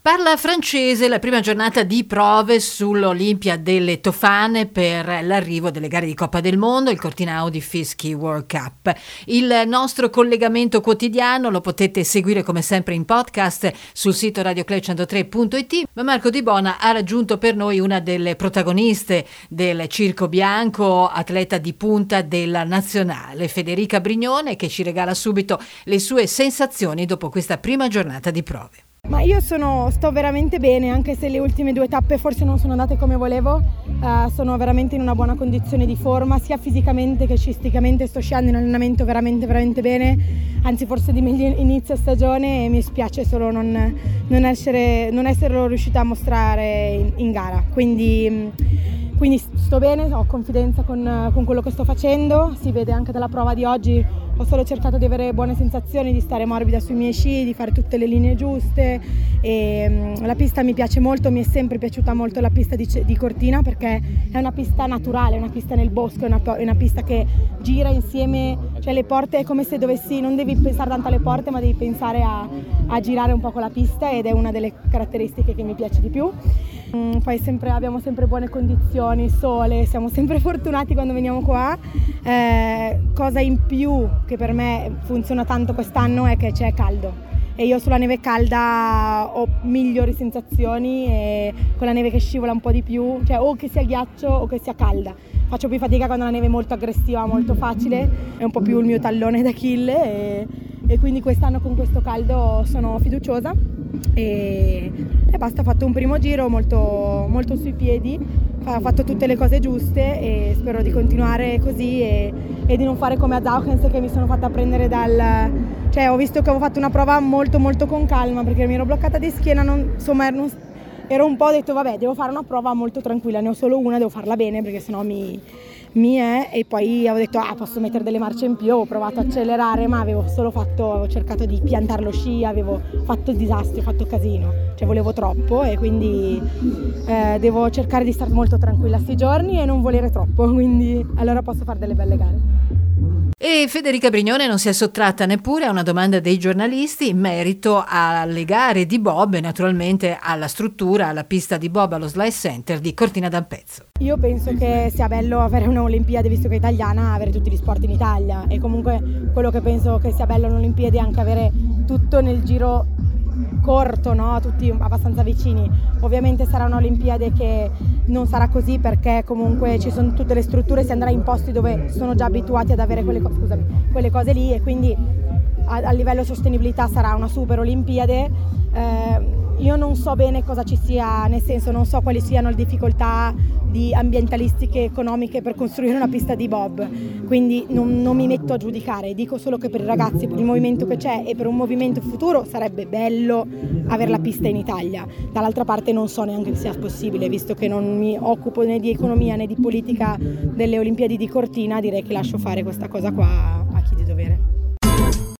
Parla francese la prima giornata di prove sull'Olimpia delle Tofane per l'arrivo delle gare di Coppa del Mondo, il Cortina Audi Fischi World Cup. Il nostro collegamento quotidiano lo potete seguire come sempre in podcast sul sito radioclub103.it, ma Marco Di Bona ha raggiunto per noi una delle protagoniste del Circo Bianco, atleta di punta della nazionale, Federica Brignone, che ci regala subito le sue sensazioni dopo questa prima giornata di prove. Ma io sto veramente bene, anche se le ultime 2 tappe forse non sono andate come volevo. Sono veramente in una buona condizione di forma, sia fisicamente che sciisticamente. Sto sciando in allenamento veramente bene, anzi forse di meglio inizio stagione, e mi spiace solo non esserlo riuscita a mostrare in gara. Quindi sto bene, ho confidenza con quello che sto facendo, si vede anche dalla prova di oggi. Ho solo cercato di avere buone sensazioni, di stare morbida sui miei sci, di fare tutte le linee giuste, e la pista mi piace molto, mi è sempre piaciuta molto la pista di Cortina, perché è una pista naturale, è una pista nel bosco, è una pista che gira insieme, cioè le porte è come se non devi pensare tanto alle porte, ma devi pensare a girare un po' con la pista, ed è una delle caratteristiche che mi piace di più. Poi abbiamo sempre buone condizioni, sole, siamo sempre fortunati quando veniamo qua. Cosa in più che per me funziona tanto quest'anno è che c'è caldo, e io sulla neve calda ho migliori sensazioni, e con la neve che scivola un po' di più, cioè o che sia ghiaccio o che sia calda. Faccio più fatica quando la neve è molto aggressiva, molto facile, è un po' più il mio tallone d'Achille, e quindi quest'anno con questo caldo sono fiduciosa, e basta. Ho fatto un primo giro molto sui piedi, ho fatto tutte le cose giuste, e spero di continuare così e di non fare come a Zauchens, che mi sono fatta prendere cioè ho visto che avevo fatto una prova molto con calma, perché mi ero bloccata di schiena, ero un po' detto vabbè, devo fare una prova molto tranquilla, ne ho solo una, devo farla bene perché sennò e poi avevo detto posso mettere delle marce in più, ho provato a accelerare, ma avevo cercato di piantare lo sci, avevo fatto disastri, ho fatto casino, cioè volevo troppo, e quindi devo cercare di stare molto tranquilla sti giorni e non volere troppo, quindi allora posso fare delle belle gare. E Federica Brignone non si è sottratta neppure a una domanda dei giornalisti in merito alle gare di bob e naturalmente alla struttura, alla pista di bob allo Slice Center di Cortina d'Ampezzo. Io penso che sia bello avere un'Olimpiade, visto che è italiana, avere tutti gli sport in Italia, e comunque quello che penso che sia bello un'Olimpiade è anche avere tutto nel giro corto, no? Tutti abbastanza vicini. Ovviamente sarà un'Olimpiade che non sarà così, perché comunque ci sono tutte le strutture, si andrà in posti dove sono già abituati ad avere quelle cose lì, e quindi a livello sostenibilità sarà una super Olimpiade. Io non so bene cosa ci sia, nel senso non so quali siano le difficoltà ambientalistiche, economiche per costruire una pista di bob, quindi non mi metto a giudicare, dico solo che per i ragazzi, per il movimento che c'è e per un movimento futuro sarebbe bello avere la pista in Italia. Dall'altra parte non so neanche se sia possibile, visto che non mi occupo né di economia né di politica delle Olimpiadi di Cortina, direi che lascio fare questa cosa qua a chi di dovere.